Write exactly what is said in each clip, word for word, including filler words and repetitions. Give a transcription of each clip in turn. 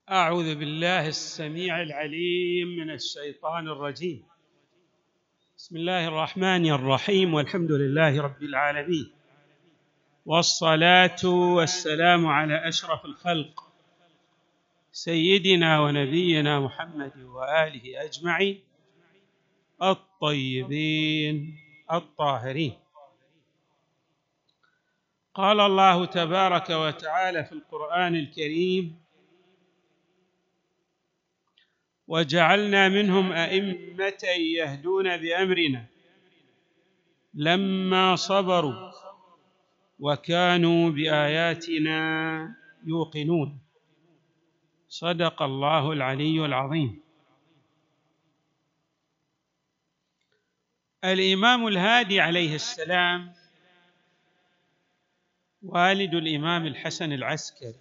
أعوذ بالله السميع العليم من الشيطان الرجيم. بسم الله الرحمن الرحيم، والحمد لله رب العالمين، والصلاة والسلام على أشرف الخلق سيدنا ونبينا محمد وآله أجمعين الطيبين الطاهرين. قال الله تبارك وتعالى في القرآن الكريم: وجعلنا منهم أئمة يهدون بأمرنا لما صبروا وكانوا بآياتنا يوقنون. صدق الله العلي العظيم. الإمام الهادي عليه السلام والد الإمام الحسن العسكري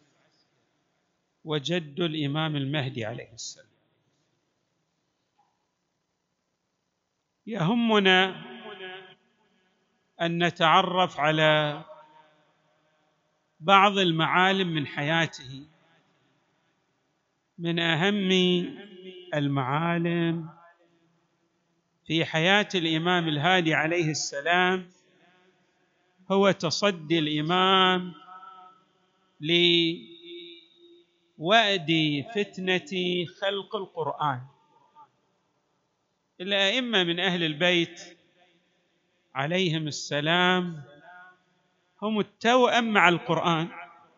وجد الإمام المهدي عليه السلام. يهمنا أن نتعرف على بعض المعالم من حياته. من أهم المعالم في حياة الإمام الهادي عليه السلام هو تصدي الإمام لوأد فتنة خلق القرآن. الأئمة من أهل البيت عليهم السلام هم التوأم مع القرآن.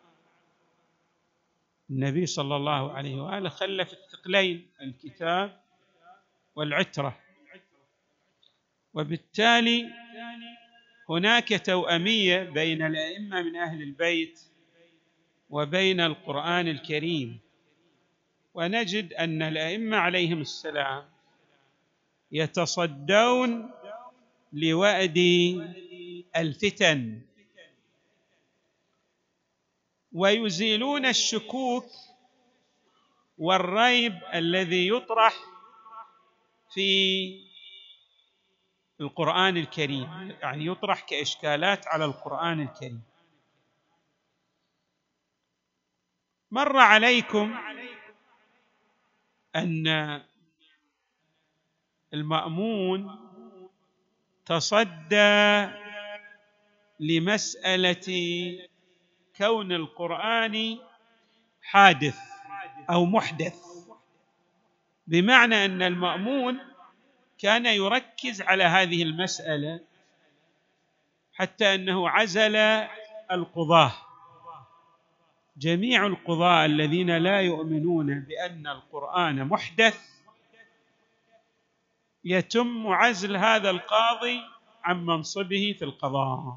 النبي صلى الله عليه وآله خلف الثقلين، الكتاب والعترة، وبالتالي هناك توأمية بين الأئمة من أهل البيت وبين القرآن الكريم. ونجد أن الأئمة عليهم السلام يتصدون لوأد الفتن ويزيلون الشكوك والريب الذي يطرح في القرآن الكريم، يعني يطرح كإشكالات على القرآن الكريم. مر عليكم أن المأمون تصدى لمسألة كون القرآن حادث أو محدث، بمعنى أن المأمون كان يركز على هذه المسألة حتى أنه عزل القضاة. جميع القضاة الذين لا يؤمنون بأن القرآن محدث يتم عزل هذا القاضي عن منصبه في القضاء.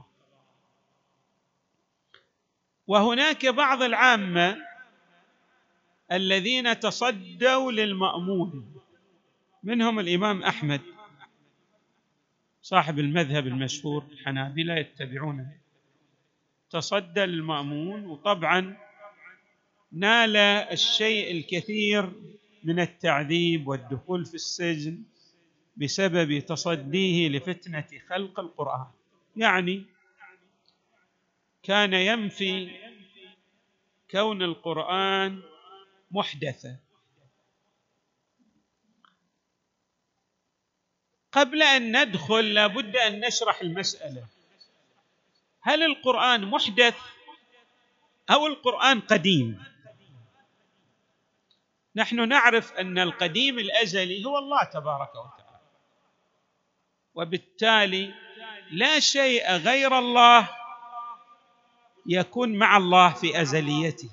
وهناك بعض العامة الذين تصدوا للمأمون، منهم الإمام أحمد صاحب المذهب المشهور، الحنابلة يتبعونه، تصدى للمأمون، وطبعا نال الشيء الكثير من التعذيب والدخول في السجن بسبب تصديه لفتنة خلق القرآن. يعني كان ينفي كون القرآن محدثا. قبل أن ندخل لابد أن نشرح المسألة: هل القرآن محدث أو القرآن قديم؟ نحن نعرف أن القديم الأزلي هو الله تبارك وتعالى، وبالتالي لا شيء غير الله يكون مع الله في أزليته.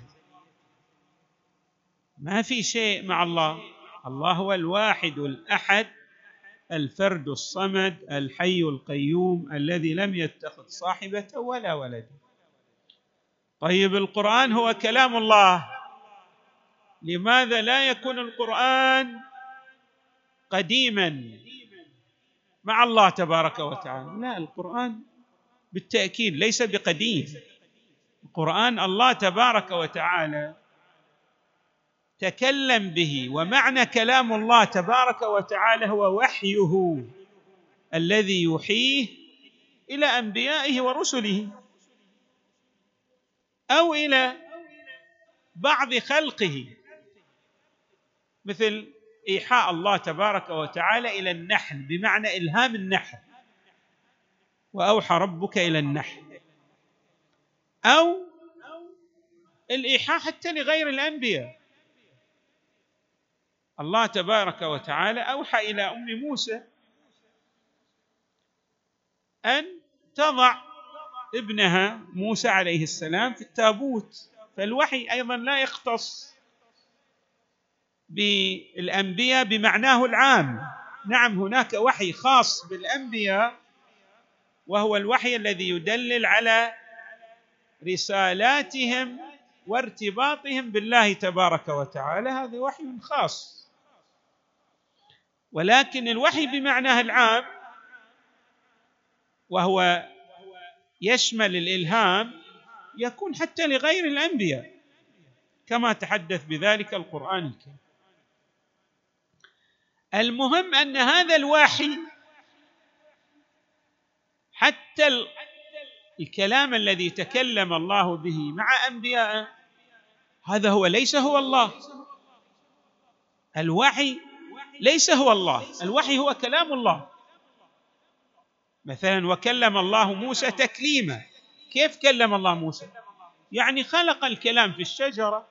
ما في شيء مع الله. الله هو الواحد الأحد الفرد الصمد الحي القيوم الذي لم يتخذ صاحبة ولا ولد. طيب القرآن هو كلام الله، لماذا لا يكون القرآن قديما مع الله تبارك وتعالى؟ لا، القرآن بالتأكيد ليس بقديم. القرآن الله تبارك وتعالى تكلم به، ومعنى كلام الله تبارك وتعالى هو وحيه الذي يوحيه إلى أنبيائه ورسله أو إلى بعض خلقه. مثل إيحاء الله تبارك وتعالى إلى النحل بمعنى إلهام النحل، وأوحى ربك إلى النحل، أو الإيحاء حتى لغير الأنبياء. الله تبارك وتعالى أوحى إلى أم موسى أن تضع ابنها موسى عليه السلام في التابوت، فالوحي أيضا لا يختص بالأنبياء بمعناه العام. نعم، هناك وحي خاص بالأنبياء، وهو الوحي الذي يدلل على رسالاتهم وارتباطهم بالله تبارك وتعالى، هذا وحي خاص. ولكن الوحي بمعناه العام، وهو يشمل الإلهام، يكون حتى لغير الأنبياء، كما تحدث بذلك القرآن الكريم. المهم أن هذا الوحي، حتى الكلام الذي تكلم الله به مع أنبيائه، هذا هو ليس هو الله. الوحي ليس هو الله، الوحي هو كلام الله. مثلا وكلم الله موسى تكليما. كيف كلم الله موسى؟ يعني خلق الكلام في الشجرة،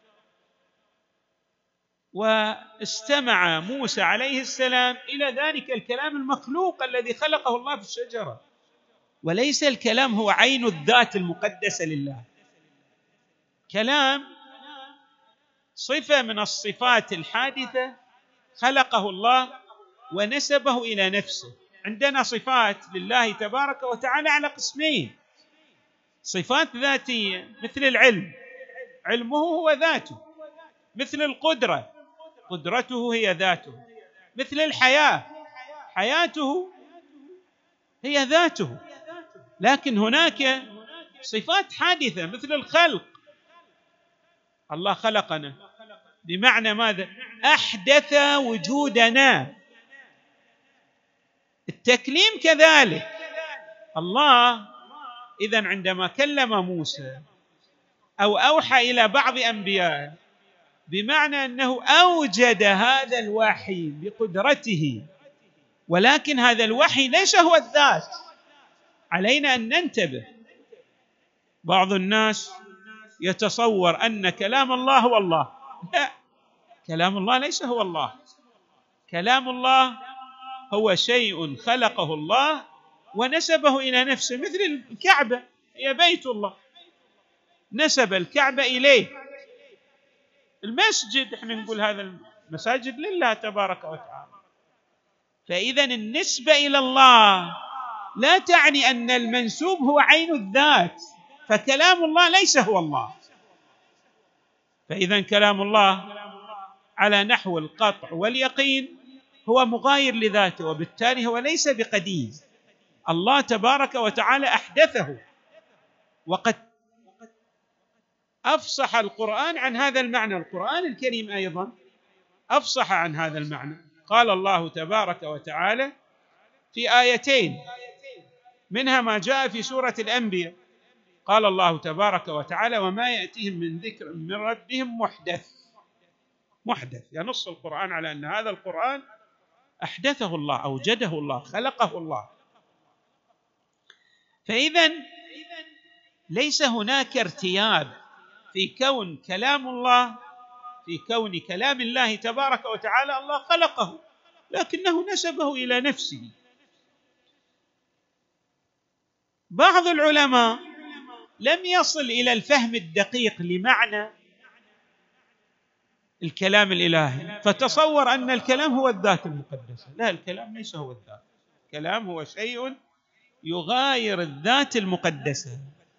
واستمع موسى عليه السلام إلى ذلك الكلام المخلوق الذي خلقه الله في الشجرة، وليس الكلام هو عين الذات المقدسة لله. كلام صفة من الصفات الحادثة خلقه الله ونسبه إلى نفسه. عندنا صفات لله تبارك وتعالى على قسمين: صفات ذاتية مثل العلم، علمه هو ذاته، مثل القدرة، قدرته هي ذاته، مثل الحياة، حياته هي ذاته. لكن هناك صفات حادثة مثل الخلق. الله خلقنا بمعنى ماذا؟ أحدث وجودنا. التكليم كذلك. الله إذن عندما كلم موسى أو أوحى إلى بعض أنبيائه، بمعنى أنه أوجد هذا الوحي بقدرته، ولكن هذا الوحي ليس هو الذات. علينا أن ننتبه. بعض الناس يتصور أن كلام الله هو الله. لا، كلام الله ليس هو الله. كلام الله هو شيء خلقه الله ونسبه إلى نفسه، مثل الكعبة هي بيت الله، نسب الكعبة إليه. المسجد احنا نقول هذا المساجد لله تبارك وتعالى. فإذا النسبة إلى الله لا تعني أن المنسوب هو عين الذات، فكلام الله ليس هو الله. فإذا كلام الله على نحو القطع واليقين هو مغاير لذاته، وبالتالي هو ليس بقديم. الله تبارك وتعالى أحدثه، وقد أفصح القرآن عن هذا المعنى. القرآن الكريم أيضا أفصح عن هذا المعنى. قال الله تبارك وتعالى في آيتين، منها ما جاء في سورة الأنبياء. قال الله تبارك وتعالى: وما يأتيهم من ذكر من ربهم محدث. محدث ينص القرآن على أن هذا القرآن أحدثه الله، أوجده الله، خلقه الله. فإذا ليس هناك ارتياب في كون كلام الله، في كون كلام الله تبارك وتعالى الله خلقه، لكنه نسبه إلى نفسه. بعض العلماء لم يصل إلى الفهم الدقيق لمعنى الكلام الإلهي، فتصور أن الكلام هو الذات المقدسة. لا، الكلام ليس هو الذات. الكلام هو شيء يغاير الذات المقدسة.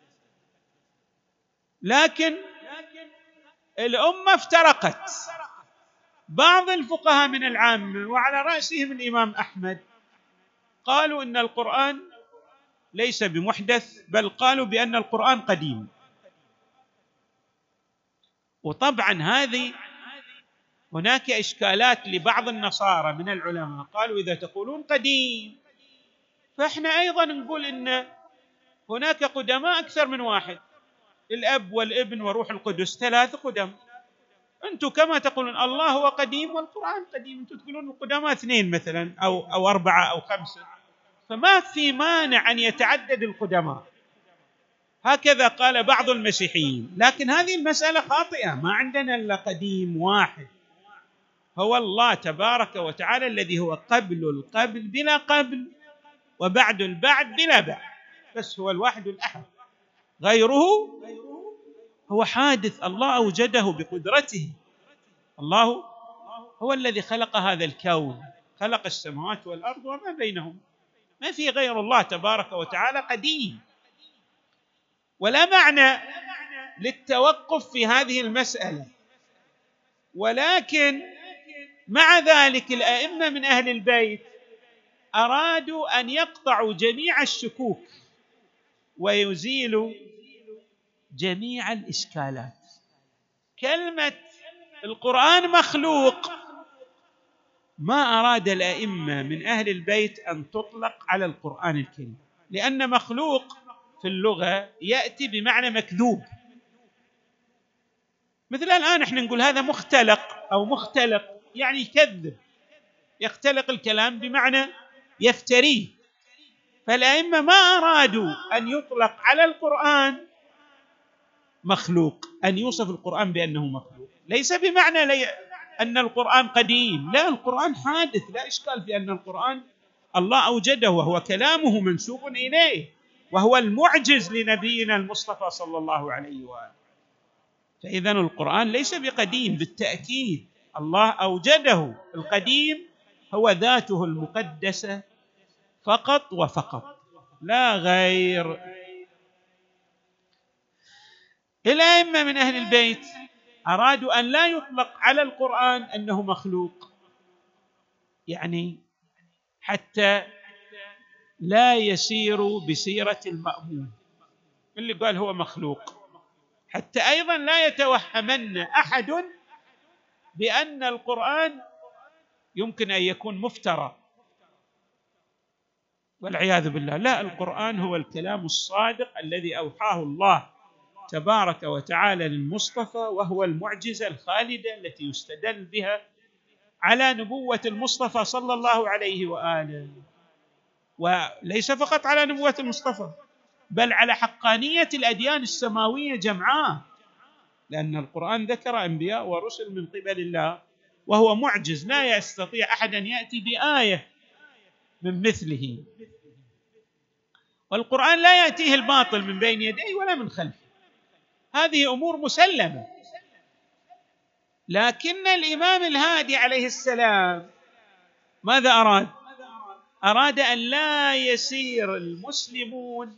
لكن الأمة افترقت. بعض الفقهاء من العامة وعلى رأسهم الإمام أحمد قالوا إن القرآن ليس بمحدث، بل قالوا بأن القرآن قديم. وطبعا هذه هناك إشكالات لبعض النصارى من العلماء، قالوا إذا تقولون قديم فإحنا أيضا نقول إن هناك قدماء أكثر من واحد، الأب والابن وروح القدس، ثلاث قدم. أنتم كما تقولون الله هو قديم والقرآن قديم، أنتم تقولون القدماء اثنين مثلا أو أو أربعة أو خمسة، فما في مانع أن يتعدد القدماء، هكذا قال بعض المسيحيين. لكن هذه المسألة خاطئة، ما عندنا إلا قديم واحد، هو الله تبارك وتعالى الذي هو قبل القبل بلا قبل وبعد البعد بلا بعد، بس هو الواحد الأحد، غيره هو حادث الله أوجده بقدرته. الله هو الذي خلق هذا الكون، خلق السماوات والأرض وما بينهم، ما في غير الله تبارك وتعالى قديم. ولا معنى للتوقف في هذه المسألة، ولكن مع ذلك الأئمة من أهل البيت أرادوا أن يقطعوا جميع الشكوك ويزيلوا جميع الإشكالات. كلمة القرآن مخلوق ما أراد الأئمة من أهل البيت أن تطلق على القرآن الكريم، لأن مخلوق في اللغة يأتي بمعنى مكذوب، مثل الآن احنا نقول هذا مختلق أو مختلق، يعني يكذب، يختلق الكلام بمعنى يفتريه. فالأئمة ما أرادوا أن يطلق على القرآن مخلوق، أن يوصف القرآن بأنه مخلوق، ليس بمعنى لي أن القرآن قديم، لا، القرآن حادث، لا إشكال في أن القرآن الله أوجده وهو كلامه منسوب إليه، وهو المعجز لنبينا المصطفى صلى الله عليه وآله. فإذا القرآن ليس بقديم بالتأكيد، الله أوجده. القديم هو ذاته المقدسة فقط وفقط لا غير. الأئمة من أهل البيت أرادوا أن لا يطلق على القرآن أنه مخلوق، يعني حتى لا يسيروا بسيرة المأمون اللي قال هو مخلوق، حتى أيضا لا يتوهمن أحد بأن القرآن يمكن أن يكون مفترى والعياذ بالله. لا، القرآن هو الكلام الصادق الذي أوحاه الله تبارك وتعالى للمصطفى، وهو المعجزة الخالدة التي يستدل بها على نبوة المصطفى صلى الله عليه وآله، وليس فقط على نبوة المصطفى بل على حقانية الأديان السماوية جمعاء، لأن القرآن ذكر أنبياء ورسل من قبل الله، وهو معجز لا يستطيع أحد أن يأتي بآية من مثله، والقرآن لا يأتيه الباطل من بين يديه ولا من خلفه، هذه أمور مسلمة. لكن الإمام الهادي عليه السلام ماذا أراد؟ أراد أن لا يسير المسلمون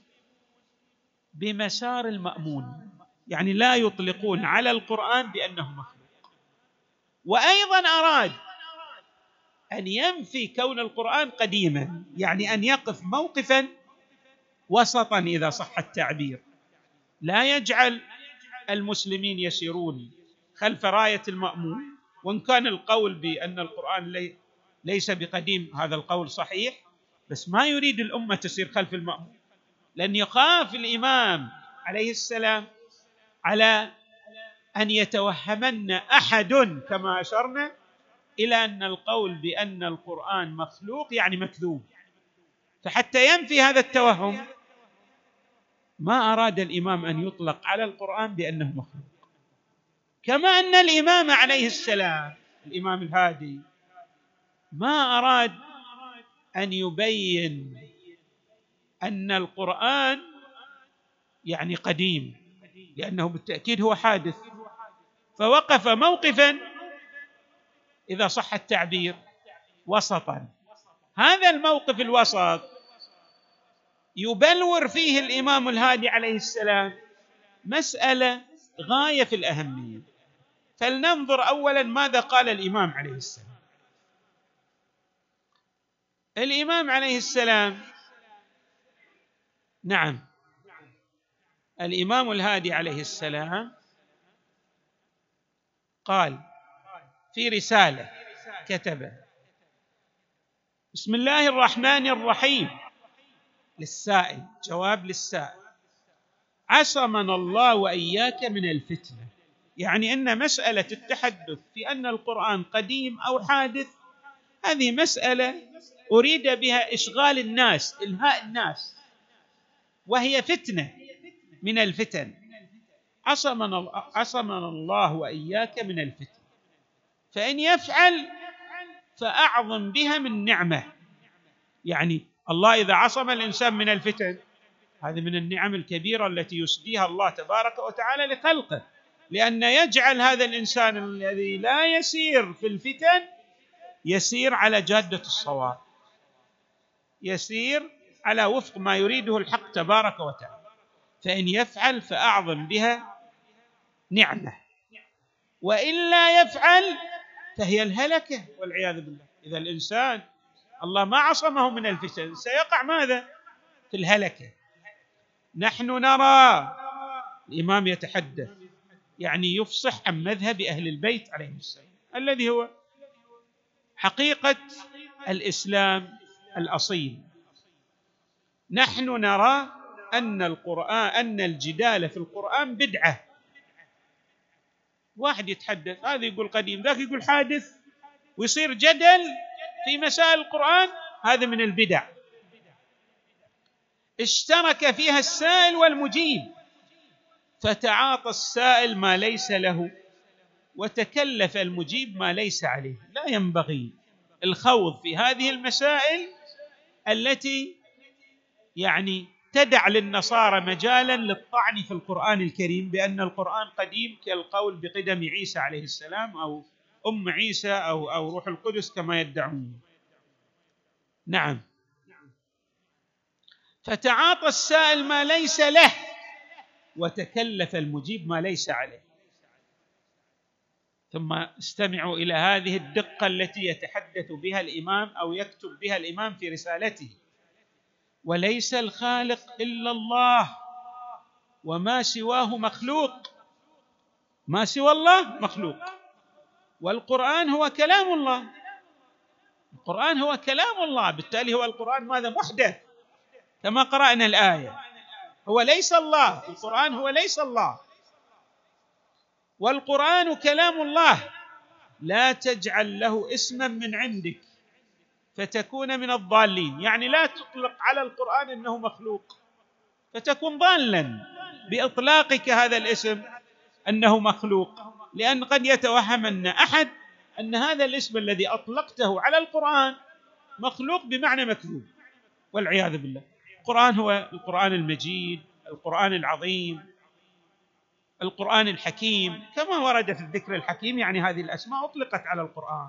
بمسار المأمون، يعني لا يطلقون على القرآن بأنه مخلوق. وأيضا أراد أن ينفي كون القرآن قديما، يعني أن يقف موقفا وسطا إذا صح التعبير، لا يجعل المسلمين يسيرون خلف راية المأمون، وإن كان القول بأن القرآن لي ليس بقديم هذا القول صحيح، بس ما يريد الأمة تسير خلف المأمون، لأن يخاف الإمام عليه السلام على أن يتوهمن أحد كما أشرنا إلى أن القول بأن القرآن مخلوق يعني مكذوب، فحتى ينفي هذا التوهم ما أراد الإمام أن يطلق على القرآن بأنه مخلوق. كما أن الإمام عليه السلام الإمام الهادي ما أراد أن يبين أن القرآن يعني قديم، لأنه بالتأكيد هو حادث، فوقف موقفا إذا صح التعبير وسطا. هذا الموقف الوسط يبلور فيه الإمام الهادي عليه السلام مسألة غاية في الأهمية. فلننظر أولا ماذا قال الإمام عليه السلام. الإمام عليه السلام، نعم، الإمام الهادي عليه السلام قال في رسالة كتبها: بسم الله الرحمن الرحيم، للسائل، جواب للسائل: عصمنا الله وإياك من الفتنة يعني أن مسألة التحدث في أن القرآن قديم أو حادث هذه مسألة أريد بها إشغال الناس، إلهاء الناس، وهي فتنة من الفتن. عصمنا عصمنا الله وإياك من الفتن، فإن يفعل فأعظم بها من نعمة. يعني الله إذا عصم الإنسان من الفتن هذه من النعم الكبيرة التي يسديها الله تبارك وتعالى لخلقه، لأن يجعل هذا الإنسان الذي لا يسير في الفتن يسير على جادة الصواب، يسير على وفق ما يريده الحق تبارك وتعالى. فإن يفعل فأعظم بها نعمة، وإن لا يفعل فهي الهلكة والعياذ بالله. إذا الإنسان الله ما عصمه من الفتن سيقع ماذا؟ في الهلكة. نحن نرى الإمام يتحدث يعني يفصح عن مذهب أهل البيت عليهم السلام الذي هو حقيقة الإسلام الأصيل. نحن نرى أن القرآن أن الجدال في القرآن بدعة. واحد يتحدث هذا يقول قديم ذاك يقول حادث ويصير جدل في مسائل القرآن، هذا من البدع اشترك فيها السائل والمجيب، فتعاطى السائل ما ليس له وتكلف المجيب ما ليس عليه. لا ينبغي الخوض في هذه المسائل التي يعني تدع للنصارى مجالا للطعن في القرآن الكريم بأن القرآن قديم كالقول بقدم عيسى عليه السلام أو أم عيسى أو أو روح القدس كما يدعون. نعم، فتعاطى السائل ما ليس له وتكلف المجيب ما ليس عليه. ثم استمعوا إلى هذه الدقة التي يتحدث بها الإمام أو يكتب بها الإمام في رسالته: وليس الخالق إلا الله وما سواه مخلوق. ما سوى الله مخلوق، والقرآن هو كلام الله. القرآن هو كلام الله، بالتالي هو القرآن ماذا؟ محدث، كما قرأنا الآية. هو ليس الله، القرآن هو ليس الله، والقرآن كلام الله. لا تجعل له اسما من عندك فتكون من الضالين، يعني لا تطلق على القرآن أنه مخلوق فتكون ضالا بإطلاقك هذا الاسم أنه مخلوق، لأن قد يتوهم أن أحد أن هذا الاسم الذي أطلقته على القرآن مخلوق بمعنى مكذوب، والعياذ بالله. القرآن هو القرآن المجيد، القرآن العظيم، القرآن الحكيم، كما ورد في الذكر الحكيم، يعني هذه الأسماء أطلقت على القرآن.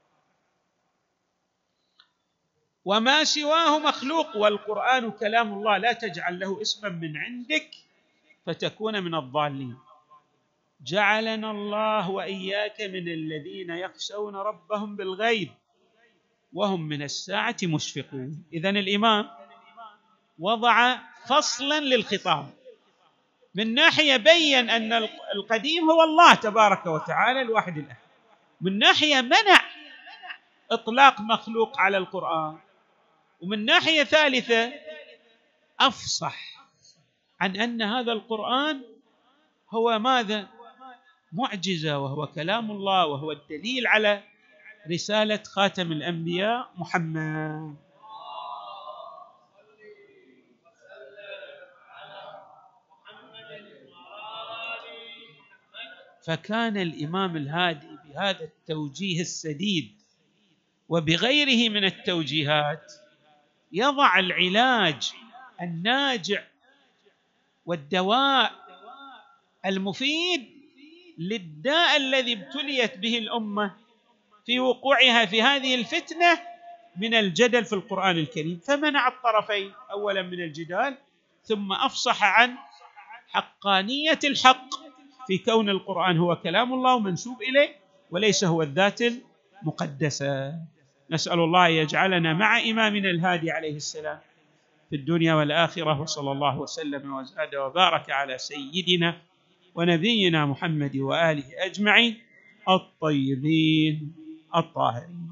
وما سواه مخلوق والقرآن كلام الله، لا تجعل له اسما من عندك فتكون من الضالين. جعلنا الله وإياك من الذين يخشون ربهم بالغيب وهم من الساعة مشفقون. إذن الإمام وضع فصلا للخطاب، من ناحية بين أن القديم هو الله تبارك وتعالى الواحد الأحد، من ناحية منع إطلاق مخلوق على القرآن، ومن ناحية ثالثة أفصح عن أن هذا القرآن هو ماذا؟ معجزة، وهو كلام الله، وهو الدليل على رسالة خاتم الأنبياء محمد. فكان الإمام الهادي بهذا التوجيه السديد وبغيره من التوجيهات يضع العلاج الناجع والدواء المفيد للداء الذي ابتليت به الأمة في وقوعها في هذه الفتنة من الجدل في القرآن الكريم، فمنع الطرفين أولا من الجدال، ثم أفصح عن حقانية الحق في كون القرآن هو كلام الله ومنسوب إليه وليس هو الذات المقدسة. نسأل الله يجعلنا مع إمامنا الهادي عليه السلام في الدنيا والآخرة، وصلى الله وسلم وزاد وبارك على سيدنا ونبينا محمد وآله أجمعين الطيبين الطاهرين.